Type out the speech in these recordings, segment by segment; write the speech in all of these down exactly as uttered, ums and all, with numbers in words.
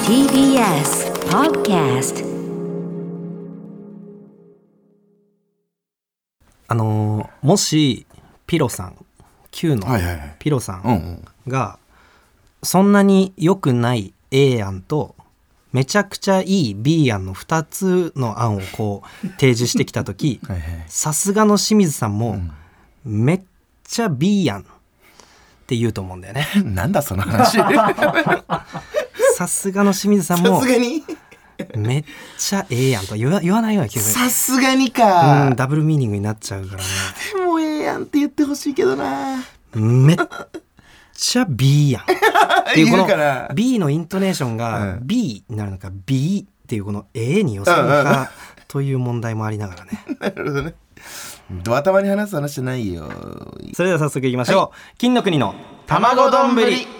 ティービーエス Podcast。 あのー、もしピロさん Q のはいはいはいピロさうんうんんがそんなに良くない A 案とめちゃくちゃいい B 案のふたつの案をこう提示してきた時はいはいさすがの清水さんもめっちゃ B 案って言うと思うんだよね。 なんだその話さすがの清水さんもさすがにめっちゃええやんとは言わ、言わないような気がする。 さすがにか、 うん、ダブルミーニングになっちゃうからね。 でもええやんって言ってほしいけどな。 めっちゃ B やんっていうこの言うから B のイントネーションが B になるのか B っていうこの A に寄せるのかという問題もありながらね。 なるほどね。ドア玉に話す話じゃないよ。 それでは早速いきましょう、はい、金の国の卵丼ぶり。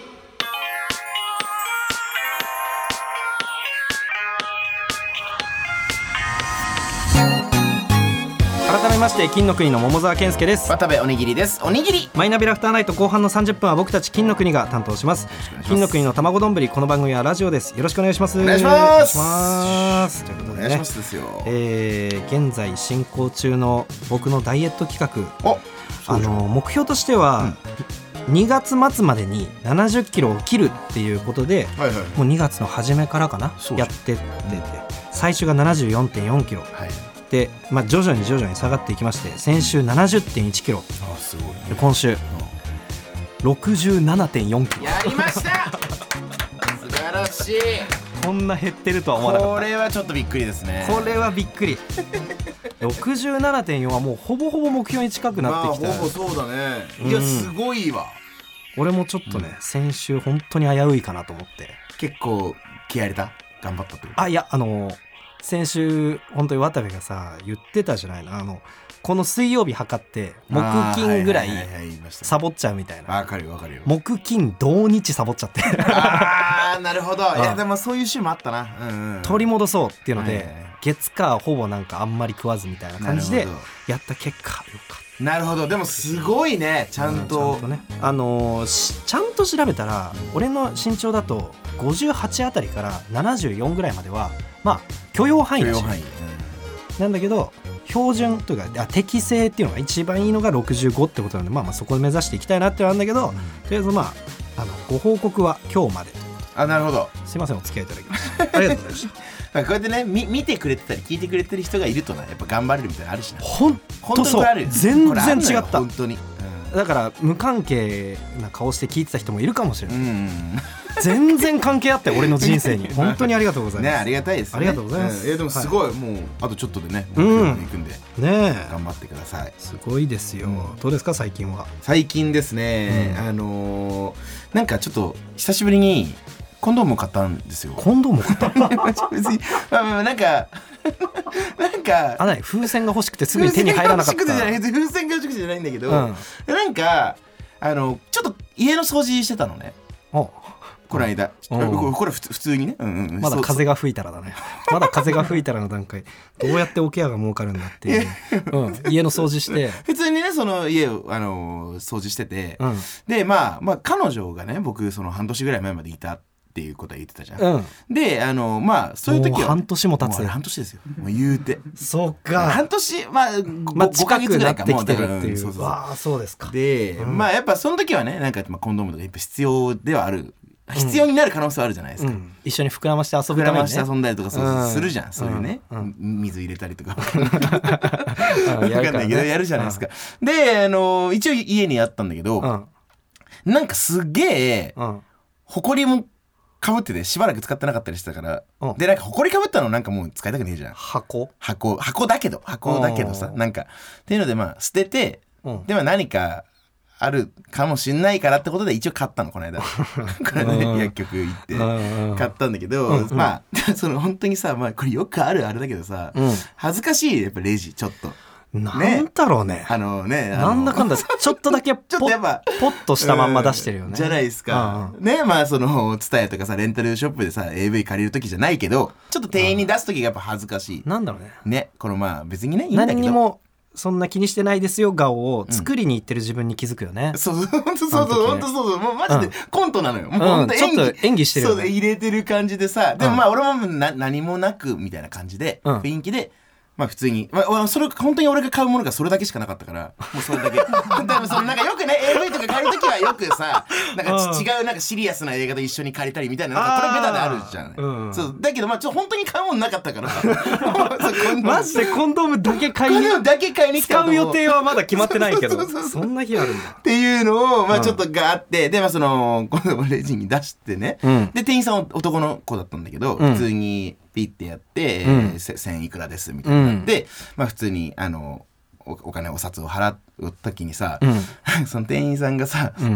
改めまして金の国の桃沢健介です。 渡部おにぎりです。おにぎりマイナビラフターナイト後半のさんじゅっぷんは僕たち金の国が担当します。金の国の卵丼ぶり、この番組はラジオです。よろしくお願いします。 お願いします。 お願いしますということでね、お願いしますですよ、 えー、現在進行中の僕のダイエット企画、 おあの目標としては、うん、にがつ末までにななじゅっキロを切るっていうことで、はいはい、もうにがつの初めからかなやってってて、最初が ななじゅうよんてんよんキロ、はいでまあ、徐々に徐々に下がっていきまして、先週 ななじゅってんいちキロ、あすごい、ね、で今週、うん、ろくじゅうななてんよんキロ。 やりました素晴らしい。 こんな減ってるとは思わなかった。 これはちょっとびっくりですね。 これはびっくりろくじゅうななてんよん はもうほぼほぼ目標に近くなってきた、 まあ、ほぼそうだね、うん、いやすごいわ。 俺もちょっとね、うん、先週本当に危ういかなと思って。 結構気合い入れた頑張ったってこと？ あいやあのー先週本当に渡部がさ言ってたじゃないな、あのこの水曜日測って木金ぐらいサボっちゃうみたいな。 わかるわかるよ。 木金土日サボっちゃってあーなるほど。いやでもそういう週もあったな、うんうん、 取り戻そうっていうので、はいはい、月火ほぼなんかあんまり食わずみたいな感じでやった結果よかった。 なるほど。でもすごいね、ちゃんと、うん、ちゃんとね、あのー、ちゃんと調べたら俺の身長だとごじゅうはちあたりからななじゅうよんぐらいまではまあ許容範囲だし、うん、なんだけど標準というかあ適正っていうのが一番いいのがろくじゅうごってことなんで、まあまあそこを目指していきたいなってのはあるんだけど、うん、とりあえずまああのご報告は今日まで。 あなるほど。 すいませんお付き合いいただきましたありがとうございましたこうやってねみ見てくれてたり聞いてくれてる人がいるとなやっぱ頑張れるみたいなのあるしな。 ほんとそう全然違った本当に、 うん、だから無関係な顔して聞いてた人もいるかもしれない、うん、全然関係あって俺の人生に本当にありがとうございます、 ね、ありがたいですね。 ありがとうございます、 うん、いやでもすごい、はい、もうあとちょっとでね目標まで行くんで、うん、ね頑張ってください。 すごいですよ、うん、どうですか最近は。 最近ですね、うん、あのー、なんかちょっと久しぶりにコンドームを買ったんですよ。 コンドームを買った別に、まあまあ、なんかなんかあない風船が欲しくてすぐに手に入らなかった。 風船が欲しくてじゃない、風船が欲しくてじゃないんだけど、うん、なんかあのちょっと家の掃除してたのね。おこの間、うん、これ普通にね、うんうん、 まだ風が吹いたらだねまだ風が吹いたらの段階どうやっておケアが儲かるんだっていう、うん、家の掃除して普通にねその家を、あのー、掃除してて、うん、でまあまあ彼女がね僕その半年ぐらい前までいたっていうことは言ってたじゃん、うん、であのまあそういう時はもう半年も経つ。 半年ですよもう言うてそうか半年まあ、 まあ、近くなってきてるっていう、そうそうそうわあそうですか。 で、うん、まあやっぱその時はねなんか、まあ、コンドームとかやっぱ必要ではある必要になる可能性はあるじゃないですか、うん、 一緒に膨らまして遊ぶためにね膨らまして遊んだりとかそう、うん、するじゃんそういうね、うん、水入れたりとか分かんないけどやるじゃないですか、うん、であの一応家にあったんだけど、うん、なんかすげえ、うん、ほこりもかぶっててしばらく使ってなかったりしてたから、うん、でなんかほこりかぶったのなんかもう使いたくねえじゃん。 箱箱箱だけど箱だけどさなんかっていうのでまあ捨てて、うん、でも何かあるかもしんないからってことで一応買ったのこの間これね、うん、薬局行って買ったんだけど、うんうん、まあその本当にさ、まあ、これよくあるあれだけどさ、うん、恥ずかしいやっぱレジちょっとなんだろうねあのねあのなんだかんだちょっとだけポッポッとしたまんま出してるよね、 うん、じゃないですか、うん、ねまあそのツタヤとかさレンタルショップでさ エーブイ 借りる時じゃないけどちょっと店員に出す時がやっぱ恥ずかしい、 なんだろうねねこのまあ別にねいいんだけど何にもそんな気にしてないですよ顔を作りに行ってる自分に気づくよね、 うん、そうそう本当そうそう本当そうそうもうマジでコントなのよ、うん、もう本当演技、 うん、ちょっと演技してるよね。 そうで入れてる感じでさ、でもまあ俺もな何もなくみたいな感じで、うん、雰囲気でまあ普通に、まあ、それ本当に俺が買うものがそれだけしかなかったからもうそれだけだからそのなんかよくね エーブイ とか借りるときはよくさなんか違うなんかシリアスな映画と一緒に借りたりみたいな、なんかこれベタであるじゃん、うん、そうだけどまあちょっと本当に買うものなかったからマジでコンドームだけ買いにコンドームだけ買いに来た使う予定はまだ決まってないけどそんな日あるんだっていうのをまあちょっとがあって、うん、でまあそのコンドームレジに出してね、うん、で店員さんは男の子だったんだけど、うん、普通にピッてやって、うんえー、せんいくらですみたいになって、うん、まあ普通にあの お, お金お札を払う時にさ、うん、その店員さんがさ、うん、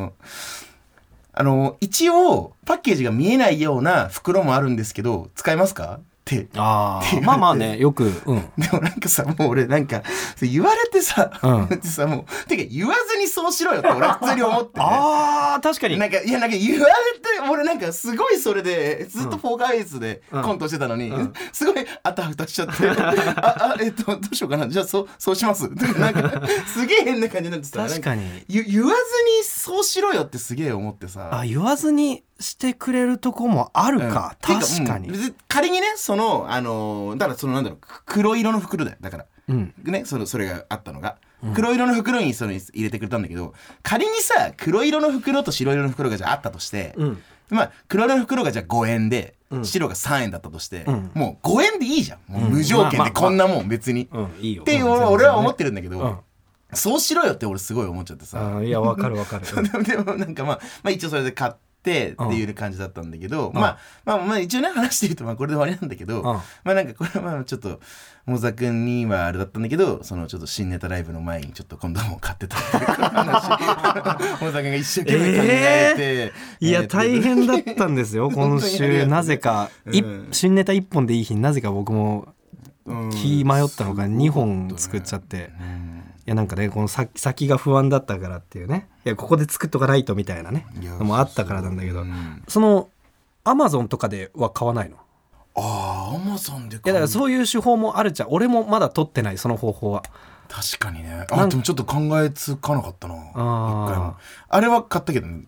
あの一応パッケージが見えないような袋もあるんですけど使えますかってあってまあまあねよく、うん、 でもなんかさもう俺なんか言われてさ、うん、さもうてか言わずにそうしろよって俺普通に思って、ね、 あー確かになんかいやなんか言われて俺なんかすごいそれでずっとフォーカーエイスでコントしてたのに、うん、すごいあたふたしちゃってああえっとどうしようかなじゃあそうそうしますなんかすげえ変な感じになってさ確かに言, 言わずにそうしろよってすげえ思ってさあ言わずにしてくれるとこもあるか、うん、確かに、 うん、仮にねそのあのだからそのなんだろう黒色の袋だよだから、うんね、そのそれがあったのが、うん、黒色の袋にその入れてくれたんだけど仮にさ黒色の袋と白色の袋がじゃああったとして、うん、まあ黒色の袋がじゃあごえんで、うん、白がさんえんだったとして、うん、もうごえんでいいじゃんもう無条件でこんなもん別に、うんまあまあまあ、いいよって俺は思ってるんだけど、うんそうしろよって俺すごい思っちゃってさあいやわかるわかるでもなんかまあ、まあ、一応それで買ってっていう感じだったんだけど、まあ、まあまあ一応ね話してるとまあこれで終わりなんだけどまあなんかこれはまあちょっとモザ君にはあれだったんだけどそのちょっと新ネタライブの前にちょっとコンドームを買ってたっていう話モザ君が一生懸命考えて、 えー、いや大変だったんですよ今週なぜか、うん、新ネタいっぽんでいい日になぜか僕も気迷ったのがにほん作っちゃって、うん、いやなんかねこの 先, 先が不安だったからっていうねいやここで作っとかないとみたいなねのもあったからなんだけど、うん、そのアマゾンとかでは買わないのああアマゾンで買ういやだからそういう手法もあるじゃん俺もまだ取ってないその方法は確かにねあでもちょっと考えつかなかったなあ一回もあれは買ったけど、ね、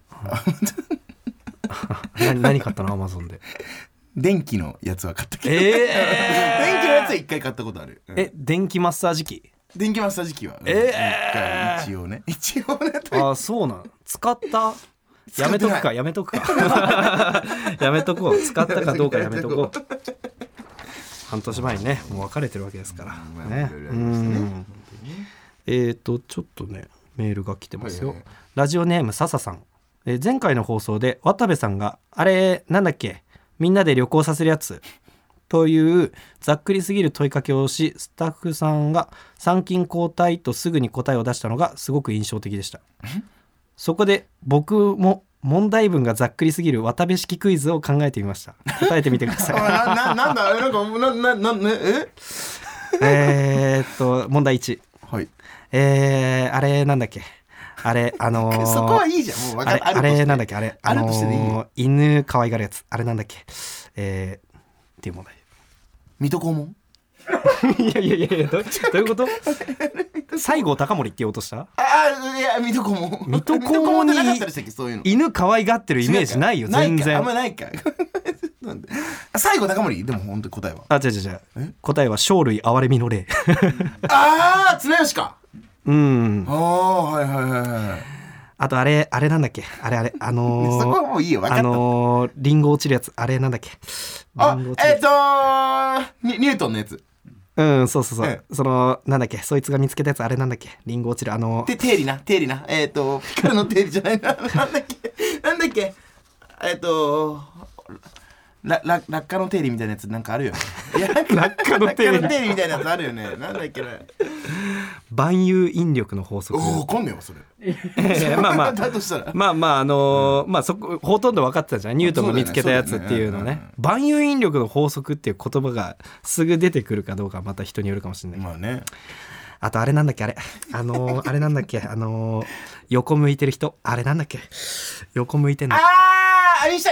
何, 何買ったのアマゾンで電気のやつは買ったけど、 えー、 電気のやつは一回買ったことある、 うん、え電気マッサージ機電気マッサージ機は、 えー、 一応ね一応ねあそうなん使ったやめとくかやめとくかやめとこう使ったかどうかやめとこう半年前にねもう別れてるわけですからねうんえーとちょっとねメールが来てますよ、はいはいはい、ラジオネーム笹さん、えー、前回の放送で渡部さんがあれなんだっけみんなで旅行させるやつというざっくりすぎる問いかけをしスタッフさんが参勤交代とすぐに答えを出したのがすごく印象的でしたそこで僕も問題文がざっくりすぎる渡部式クイズを考えてみました答えてみてくださいな, な, なんだなんかなななええーっと問題いち、 はい、 えー、あれなんだっけあれあのー、 そこはいいじゃんもう分かるあれあれなんだっけあれあのー、犬可愛がるやつあれなんだっけえー、っていう問題水戸黄門いやいやいやいや ど, どういうこと西郷隆盛って言おうとしたああいや水戸黄門水戸黄門に犬可愛がってるイメージないよ全然あんまないかなんで西郷隆盛でも本当に答えはあ違う違う違う答えは生類憐れみの霊ああ綱吉かうんああはいはいはいはいあとあれあれなんだっけあれあれあのー、 そこはもういいよ分かったあのー、リンゴ落ちるやつあれなんだっけあえっ、ー、とーニュートンのやつうんそうそうそう、うん、そのなんだっけそいつが見つけたやつあれなんだっけリンゴ落ちるあのー、 で定理な定理なえっ、ー、とピカルの定理じゃないななんだっけなんだっけえっ、ー、とらら落下の定理みたいなやつなんかあるよねいや落下の定理定理みたいなやつあるよねなんだっけな万有引力の法則おおかんねえわそれまあまあだとしたらまあまああのーうん、まあそこほとんど分かってたじゃんニュートンが見つけたやつっていうのね万有引力の法則っていう言葉がすぐ出てくるかどうかはまた人によるかもしれないまあねあとあれなんだっけあれあのー、あれなんだっけあのー、横向いてる人あれなんだっけ横向いてんのあーアインシュタイン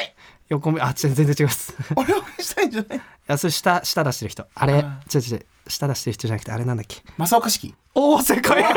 横目あ全然違います俺応援したいんじゃない？いやそれ下下出してる人あれ違う違う下出してる人じゃなくてあれなんだっけ正岡子規。 おお正解え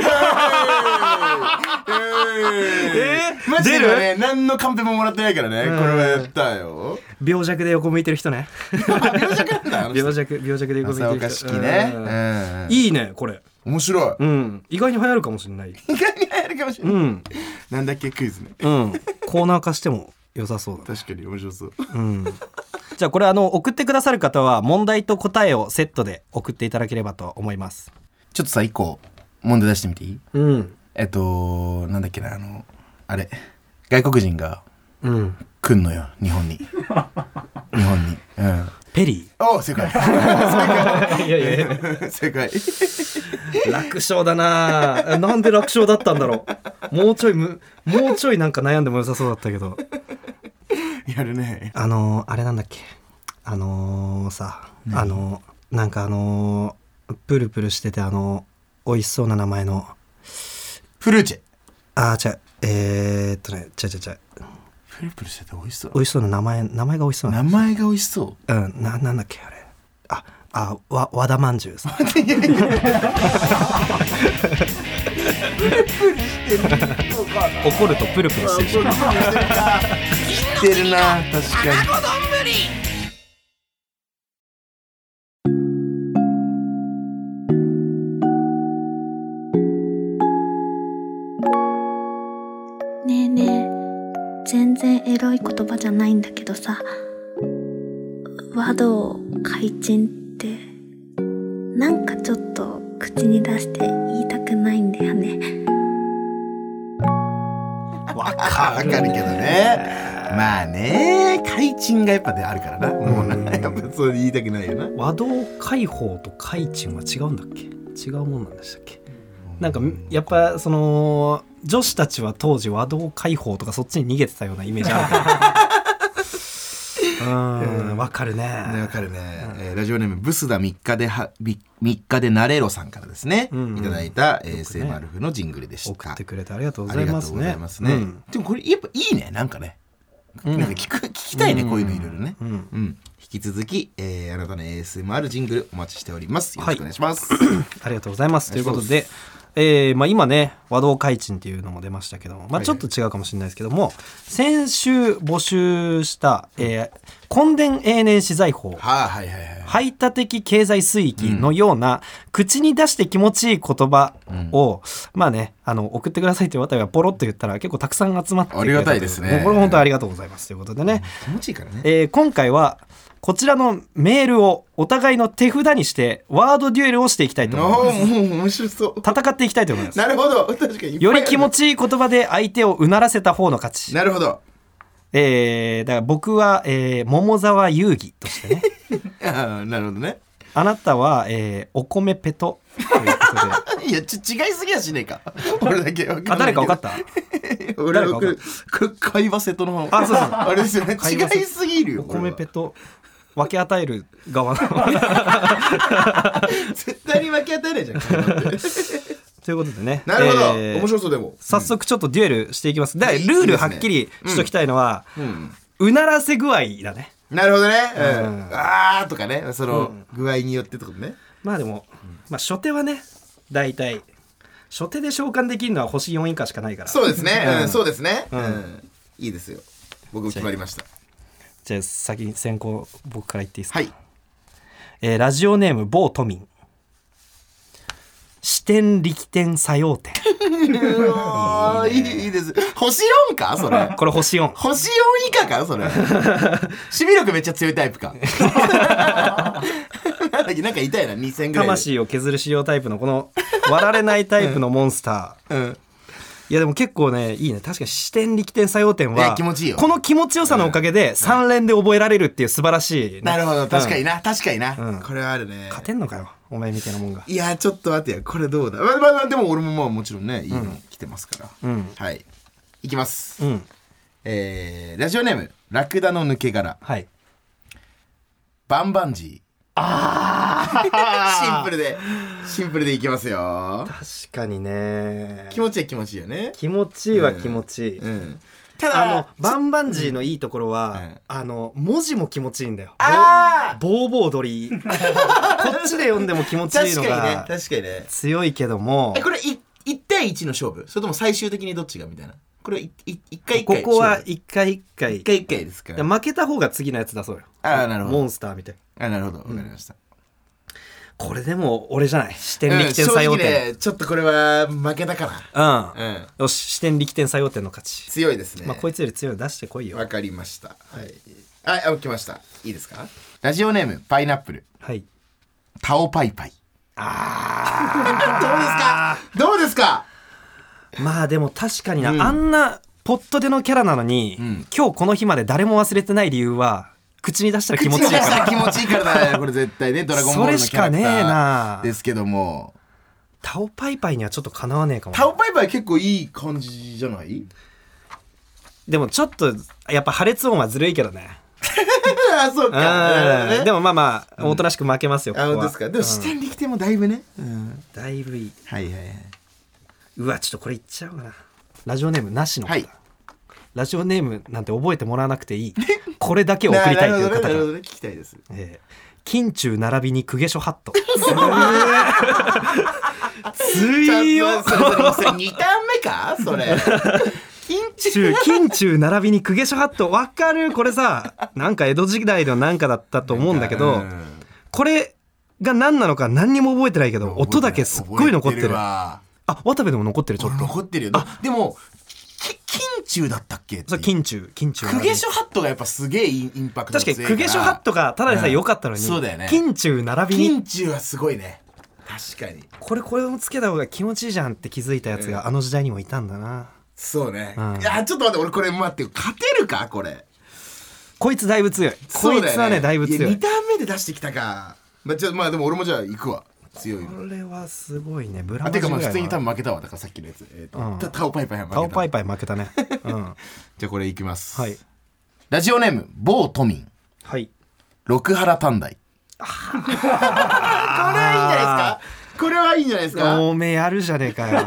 ー、マジでね何のカンペももらってないからね、これはやったよ。 病弱で横向いてる人ね病弱なんだ病弱病弱で横向いてる人。 正岡子規ね、うんうん、いいねこれ面白い、 うん、意外に流行るかもしれない。 意外に流行るかもしれない、うん、なんだっけクイズね、 うん、コーナー化しても良さそうだ、ね、 確かに面白そう、 うん、じゃあこれあの送ってくださる方は問題と答えをセットで送っていただければと思います。 ちょっとさ一個問題出してみていい？ うん、 えっとなんだっけなあのあれ外国人が来んのよ、日本に日本に、うん、 ペリー。お正解正解いやいや正解楽勝だな。なんで楽勝だったんだろう。もうちょいむもうちょいなんか悩んでも良さそうだったけどやるね。 あのー、あれなんだっけあのー、さあのー、なんかあのー、プルプルしててあのー、美味しそうな名前のフルーチェ。 あー違うえー、っとね違う違う違うプルプルしてて美味しそう美味しそうな名前名前が美味しそうな名前が美味しそううんななんだっけあれああわ和田まんじゅうさんいやいやプルプルしてる怒るとプルプルしてるし知ってるな確かに。 ねえねえ全然エロい言葉じゃないんだけどさ、和道開珍ってなんかちょっと口に出して言いたくないんだよね。 わかるけどね。まあね開珍がやっぱであるからな、もうなやっぱそう言いたくないよな。 和道開放と開珍は違うんだっけ？違うもんなんでしたっけ？なんかやっぱその女子たちは当時和道開放とかそっちに逃げてたようなイメージあるからうんわかるねわかるね、うんえー、ラジオネームブスダみっかではみっかでなれろさんからですね、うんうん、いただいた、えー、セイマルフのジングルでした。 送ってくれてありがとうございますね。ありがとうございますね、うん、でもこれやっぱいいねなんかね、うん、なんか聞く聞きたいね、うん、こういうのいろいろね、うんうん、引き続き、えー、あなたの エーエスエムアール ジングルお待ちしております。よろしくお願いします、はい、 ありがとうございます。ということでえーまあ、今ね和道開珍っていうのも出ましたけども、まあ、ちょっと違うかもしれないですけども、はいはい、先週募集した、えー、根田永年私財法、 はあはいはいはい、 排他的経済水域のような、うん、口に出して気持ちいい言葉を、うん、まあねあの送ってくださいという方がポロッと言ったら結構たくさん集まってくれた。 ありがたいですね。 これ本当にありがとうございますということでね、 うん、気持ちいいからね、 えー、今回はこちらのメールをお互いの手札にしてワードデュエルをしていきたいと思います。 もう面白そう。 戦っていきたいと思います。 なるほど。確かにより気持ちいい言葉で相手をうならせた方の勝ち。 なるほど。 えー、だから僕は、えー、桃沢遊戯としてねあなるほどね。 あなたは、えー、お米ペトということでいやち違いすぎやしねえか俺だけ分かんないけど。 あ誰か分かった俺は会話セットの方あそうそうあれですよね。違いすぎるよ。 お米ペト分け与える側の絶対に分け与えないじゃんということでね。 なるほど、えー、面白そう。でも早速ちょっとデュエルしていきます。でルールはっきりしときたいのは、うんうんうん、うならせ具合だね。 なるほどね、うんうん、あーとかねその具合によってってことね、うん、 まあでも、まあ、初手はね大体初手で召喚できるのは星よん以下しかないから。 そうですね、うん、そうですね、うんうん、いいですよ。僕決まりました。 じゃあ先に先行僕から言っていいですか。 はい、 えー、ラジオネーム某都民視点力点作用点いいね、いいです。星よんかそれ。 これ星よん。 星よん以下かそれ。守備力めっちゃ強いタイプかなんか痛いなにせんぐらい魂を削る仕様タイプのこの割られないタイプのモンスター、うんうん、いやでも結構ねいいね。確かに視点力点作用点は気持ちいいよ。 この気持ちよさのおかげでさん連で覚えられるっていう素晴らしい、ね、 なるほど確かにな、うん、確かにな、うん、これはあるね。 勝てんのかよお前みたいなもんが。 いやちょっと待ってよこれどうだ。まあまあでも俺もまあもちろんねいいの来てますから、うん、はいいきます、うんえー、ラジオネームラクダの抜け殻、 はい、 バンバンジー。あシンプルでシンプルでいきますよ。 確かにね気持ちいい気持ちいいよね。 気持ちいいは気持ちいい、 うんうん、 ただあのバンバンジーのいいところは、うん、あの文字も気持ちいいんだよ。 あボーボー鳥こっちで読んでも気持ちいいのが確かにね強いけども、 えこれいいち対いちの勝負、それとも最終的にどっちがみたいな。これいい一回一回ここは一回一回一回一回ですか。 負けた方が次のやつ出そうよ。 ああなるほど。 モンスターみたいな。あなるほどわかりました、うん、 これでも俺じゃない、視点力点作用点、 うん、正直ねちょっとこれは負けたかな。うん、うん、よし視点力点作用点の勝ち。 強いですね。 まあこいつより強いの出してこいよ。 わかりました。はいはい、来ました。いいですか。ラジオネームパイナップル。 はい。 タオパイパイ。 あーどうですかどうですか。 まあでも確かにな、うん、あんなポットでのキャラなのに、うん、今日この日まで誰も忘れてない理由は口に出したら気持ちいいから。口に出したら気持ちいいからだよこれ絶対ね。ドラゴンボールのキャラクターそれしかねえなですけども、 タオパイパイにはちょっとかなわねえかも。 タオパイパイ結構いい感じじゃない。 でもちょっとやっぱ破裂音はずるいけどねあそうか、 ね、でもまあまあおとなしく負けますよ、 うん、ここは。あですか。でも視点力点もだいぶね、 うん、だいぶいい。 はいはいはい。 うわちょっとこれいっちゃおうかな。ラジオネームなしの方、はい、ラジオネームなんて覚えてもらわなくていいこれだけを送りたいという方が、 なるほどね、聞きたいです。 えー、金中並びに公家書ハット強いよそれそれにターン目かそれ金中金中並びに公家書ハットわかる。これさなんか江戸時代のなんかだったと思うんだけど、これが何なのか何にも覚えてないけど音だけすっごい残ってる。あ渡部でも残ってる。ちょっと残ってるよ。あでも金中だったっけ。 そう金中金中公家書ハットがやっぱすげえインパクト強いから。 確かに公家書ハットがただでさえ良かったのに、うん、 そうだよね。 金中並びに金中はすごいね。確かにこれこれもつけた方が気持ちいいじゃんって気づいたやつがあの時代にもいたんだな。 そうね、うん、いやちょっと待って俺これ待って勝てるかこれ。 こいつだいぶ強い、ね、こいつはねだいぶ強い。いやにターン目で出してきたか。まあ、じゃあまあでも俺もじゃあ行くわ。強いの。 これはすごいね。ブラマジぐらいは。あてかまあ普通に多分負けたわ。だからさっきのやつ、えーとうん、タオパイパイは負けた。 タオパイパイ負けたね、うん、 じゃあこれいきます、 はい、 ラジオネーム某都民。 はい。 六原短大。これはいいんじゃないですか。これはいいんじゃないですか。 おめえあるじゃねえかよ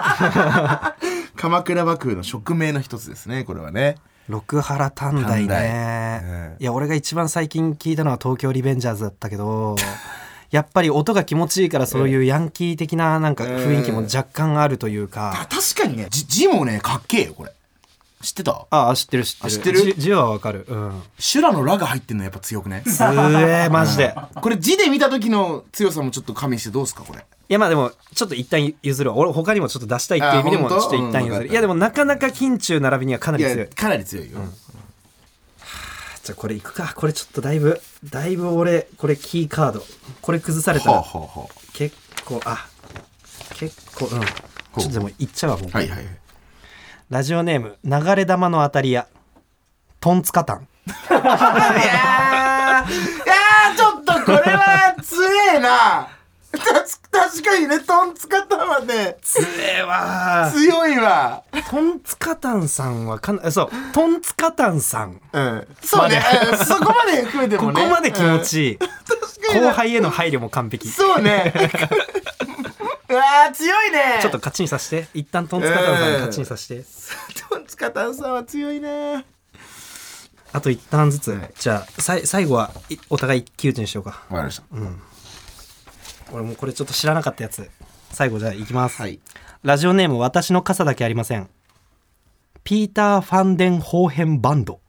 鎌倉幕府の職名の一つですねこれはね。 六原短大ね、うん、いや俺が一番最近聞いたのは東京リベンジャーズだったけどやっぱり音が気持ちいいからそういうヤンキー的ななんか雰囲気も若干あるというか、 うん、確かにね字もねかっけえよこれ。知ってた？ ああ知ってる知ってる。 知ってる？ 字はわかる。うん。 修羅の羅が入ってんのやっぱ強くね。 すげえマジで。 これ字で見た時の強さもちょっと加味してどうですかこれ。 いやまあでもちょっと一旦譲る。俺他にもちょっと出したいっていう意味でもちょっと一旦譲る。いやでもなかなか金中並びにはかなり強い。いやかなり強いよ。うん、はあ、じゃあこれいくか。これちょっとだいぶだいぶ俺これキーカードこれ崩されたら、はあはあはあ、結構あ結構うん。ちょっとでもいっちゃうわもう。 はいはいはい。 ラジオネーム流れ玉の当たり屋トンツカタン。いやーいやーちょっとこれは強えな確かにねトンツカタンはね強えわ強いわ。 トンツカタンさんはかなそうトンツカタンさん、 うん、そうねそこまで含めてもねここまで気持ちいい、うん、後輩への配慮も完璧。 そうねうわー強いね。 ちょっと勝ちにさして一旦トンツカタンさんに勝ちにさして、えー、トンツカタンさんは強いね。 あと一旦ずつ、はい、じゃあさ最後はお互い一騎打ちにしようか。 わかりました、 うん、俺もこれちょっと知らなかったやつ最後じゃあいきます、 はい、ラジオネーム私の傘だけありません。ピーター・ファンデン・ホーヘンバンド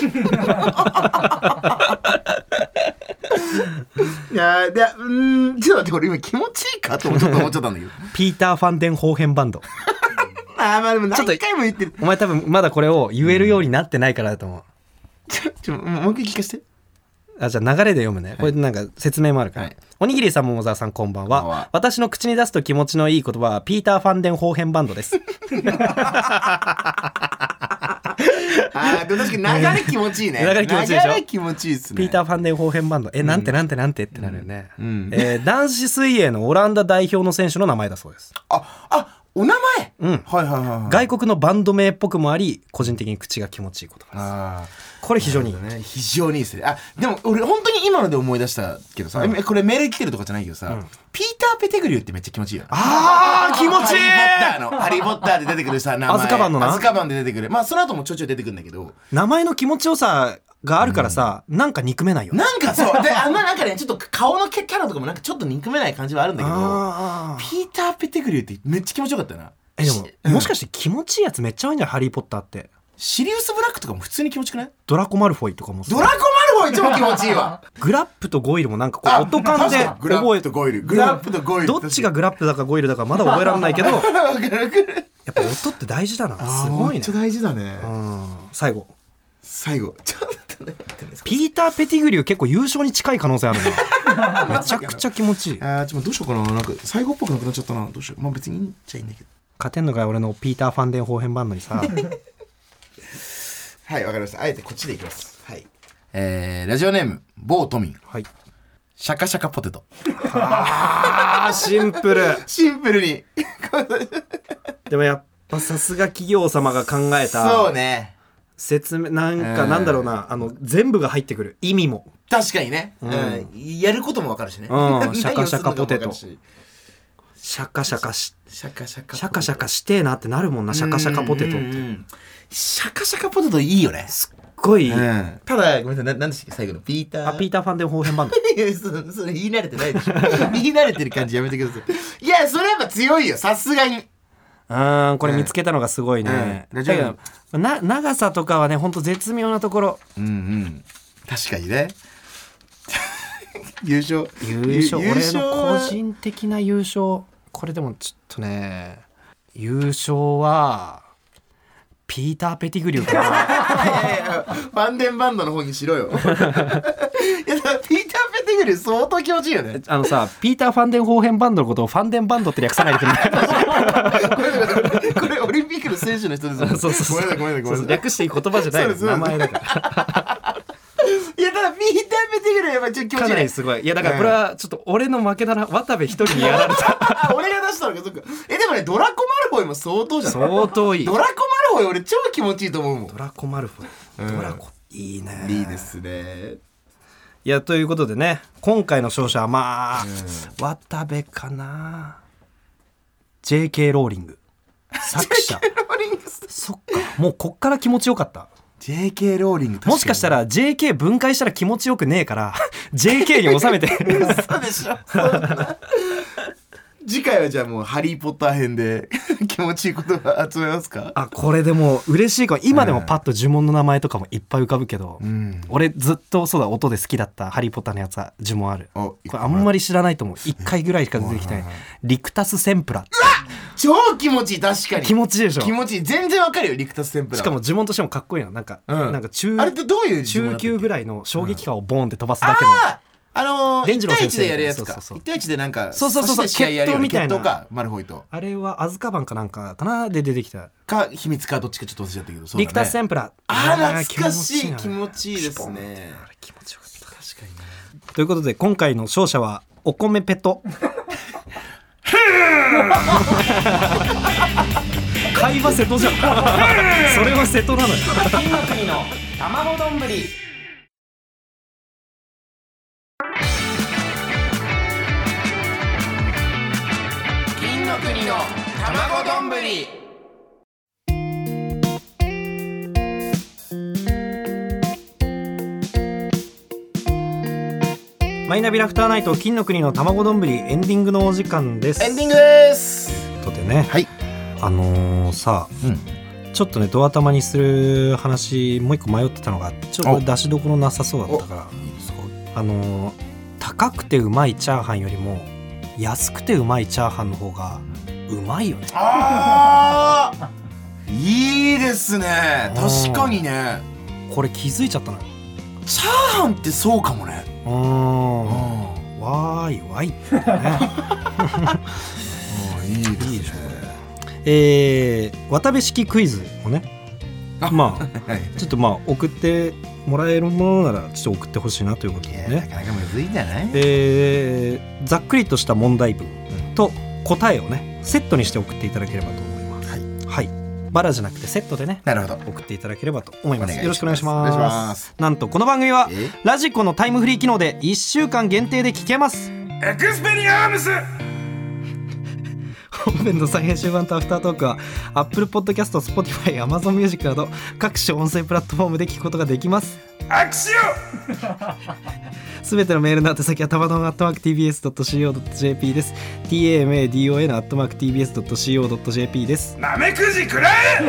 いやでうんちょっと待ってこれ今気持ちいいかとちょっと思っちゃったんだけどピーター・ファンデン・ホーヘンバンドあまあでも何回も言ってる。 お前多分まだこれを言えるようになってないからだと思う、うん、 ちょちょもう一回聞かせて。 あじゃあ流れで読むね、はい、これなんか説明もあるから、はい、おにぎりさん桃沢さんこんばんは。は私の口に出すと気持ちのいい言葉はピーター・ファンデン・ホーヘンバンドですあでも確かに流れ気持ちいいね。 流れ気持ちいいでしょ。 流れ気持ちいいですね。 ピーター・ファンデン・ホーヘンバンドえ、うん、なんてなんてなんてってなるよね、うんうんえー、男子水泳のオランダ代表の選手の名前だそうです。 ああお名前、 うん、 はいはいはい、はい、 外国のバンド名っぽくもあり個人的に口が気持ちいい言葉です。あこれ非常にいい、 ね、非常にいいですね。あでも俺本当に今ので思い出したけどさ、うん、これメール来てるとかじゃないけどさ、うん、ピーター・ペテグリューってめっちゃ気持ちいいよね。 あー気持ちいい。 ハリー・ポッターのハリー・ポッターで出てくるさ名前アズカバンのなアズカバンで出てくる、まあその後もちょいちょい出てくるんだけど、 名前の気持ちよさがあるからさ、うん、なんか憎めないよ。 なんかそうであんななんかねちょっと顔のキャラとかもなんかちょっと憎めない感じはあるんだけど、ピーター・ペテグリューってめっちゃ気持ちよかったな。 えでも、うん、もしかして気持ちいいやつめっちゃ多いんじゃないハリー・ポッターって。 シリウス・ブラックとかも普通に気持ちよくない？ ドラコ・マルフォイとかも。 ドラコ・マルフォイ超気持ちいいわグラップとゴイルもなんかこう音感で覚えて、グラップとゴイルグラップとゴイルどっちがグラップだかゴイルだかまだ覚えられないけどやっぱ音って大事だな。すごいね。 めっちゃ大事だね。 うん最後最後ちょっとねピーター・ペティグリュー結構優勝に近い可能性あるねめちゃくちゃ気持ちいい。 あーちょっとどうしようかな、なんか最後っぽくなくなっちゃったな。どうしよう。まあ別にいいんちゃいいんだけど。 勝てんのかよ俺のピーター・ファンデンホーヘンバンドにさはいわかりました。あえてこっちでいきます。はい、えー、ラジオネーム某都民、 はい、 シャカシャカポテト。 あーシンプルシンプルにでもやっぱさすが企業様が考えたそうね説明なんかなんだろうな、あの全部が入ってくる意味も確かにね、うんうん、やることも分かるしね、 うん、シャカシャカポテトシャカシャカしシャカシャカシャカシャカしてえなってなるもんな。シャカシャカポテトって、うんうん、 シャカシャカポテトいいよね。 すっごい、 うん、ただごめんなさい、ななんでしたっけ最後のピーターあピーターファンデンホーヘンバンドいや そ, それ言い慣れてないでしょ言い慣れてる感じやめてください。いやそれやっぱ強いよさすがに。 うんこれ見つけたのがすごいね、うん、だけどな長さとかはねほんと絶妙なところ。 うんうん確かにね優勝優勝俺の個人的な優勝これでもちょっとね優勝はピーター・ペティグリューかな。 いやいやファンデンバンドの方にしろよいやだからピーター・ペティグリュー相当気持ちいいよね。 あのさピーター・ファンデンホーヘンバンドのことをファンデンバンドって略さないでくれこれこれオリンピックの選手の人ですもん。 そうそうそうごめんなさいごめんなさいごめんなさい略していい言葉じゃない名前だからいやだからピーター・ペティグリューやっぱちょっと気持ちいいかなりすごい。いやだからこれはちょっと俺の負けだな。渡部一人にやられた俺が出したのかそっか。えでもねドラコ・マルフォイも相当じゃん。 相当いい。 ドラコ・マルフォイ俺超気持ちいいと思うもん。 ドラコ・マルフォイ、うん、ドラコいいね。 いいですね。 いやということでね今回の勝者はまあ、うん、渡部かな。 ジェーケー ローリング作者ジェーケー ローリングそっかもうこっから気持ちよかった。 ジェーケー ローリングもしかしたら ジェーケー 分解したら気持ちよくねえから ジェーケー に収めて嘘でしょ次回はじゃあもうハリーポッター編で気持ちいい言葉集めますか。 あこれでも嬉しいかも。今でもパッと呪文の名前とかもいっぱい浮かぶけど、うん、俺ずっとそうだ音で好きだったハリーポッターのやつは呪文ある。これあんまり知らないと思う。いっかいぐらいしか出てきてないリクタスセンプラ。うわ超気持ちいい。確かに気持ちいいでしょ。 気持ちいい全然わかるよリクタスセンプラ。 しかも呪文としてもかっこいいのなんか、うん、なんか中あれってどういう中級ぐらいの衝撃波をボーンって飛ばすだけの、うんあのー、いちたいいちでやるやつか。いちたいいちでなんかそうそうそうそう決闘みたいなかマルフォイとあれはアズカバンかなんかかなで出てきたか秘密かどっちかちょっと忘れちゃったけどそうだ、ね、 リクタスセンプラ。 あー懐かしい気持ちいいですね。 あれ気持ちよかった。 確かにね。 ということで今回の勝者はお米ペト会話瀬戸じゃんそれは瀬戸なのよ金の国の卵丼ぶり。金の国の卵丼ぶり。 マイナビラフターナイト金の国の卵丼ぶりエンディングのお時間です。 エンディングですとでね、 はい、 あのー、さ、うん、ちょっとねドア玉にする話もう一個迷ってたのがちょっと出しどころなさそうだったからあのー、高くてうまいチャーハンよりも安くてうまいチャーハンの方がうまいよね。 あいいですね。確かにねこれ気づいちゃったのよ。 チャーハンってそうかもね。 うんわーいわいってねいいですね。いいでしょえー、渡部式クイズをねまあ、はい、ちょっとまあ送ってもらえるものならちょっと送ってほしいなということでね。 なかなかむずいんじゃない。 えー、ざっくりとした問題文と答えをねセットにして送っていただければと思います。はい、はい、バラじゃなくてセットでね、 なるほど、 送っていただければと思います。よろしくお願いします。 ます。なんとこの番組はラジコのタイムフリー機能でいっしゅうかん限定で聞けます。 エクスペリアームス本編の再編集版とアフタートークは Apple Podcast、Spotify、Amazon Music など各種音声プラットフォームで聞くことができます。 握手すべてのメールの宛先はたまどん アットマークティービーエスドットシーオードットジェーピー です。 タマドン アットマークティービーエスドットシーオードットジェーピー です。 なめくじくらえ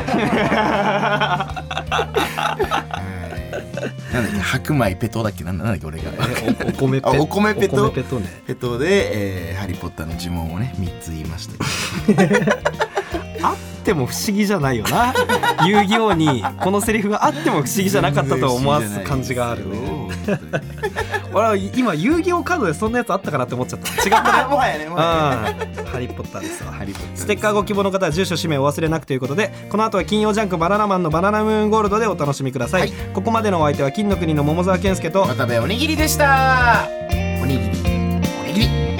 なんだっけ、白米ペトだっけ、なんだっけ俺がお, お米ペお米ペトお米ペトね、 ペトで、えー、ハリーポッターの呪文をねみっつ言いましたあっても不思議じゃないよな遊戯王にこのセリフがあっても不思議じゃなかったと思わす感じがあるね俺は今遊戯王カードでそんなやつあったかなって思っちゃった違ったねもはやねもはやねハリーポッターですわ。 ハリーポッターです。 ステッカーご希望の方は住所氏名を忘れなくということで、この後は金曜ジャンクバナナマンのバナナムーンゴールドでお楽しみください、はい、ここまでのお相手は金の国の桃沢健介と渡部おにぎりでした。おにぎりおにぎり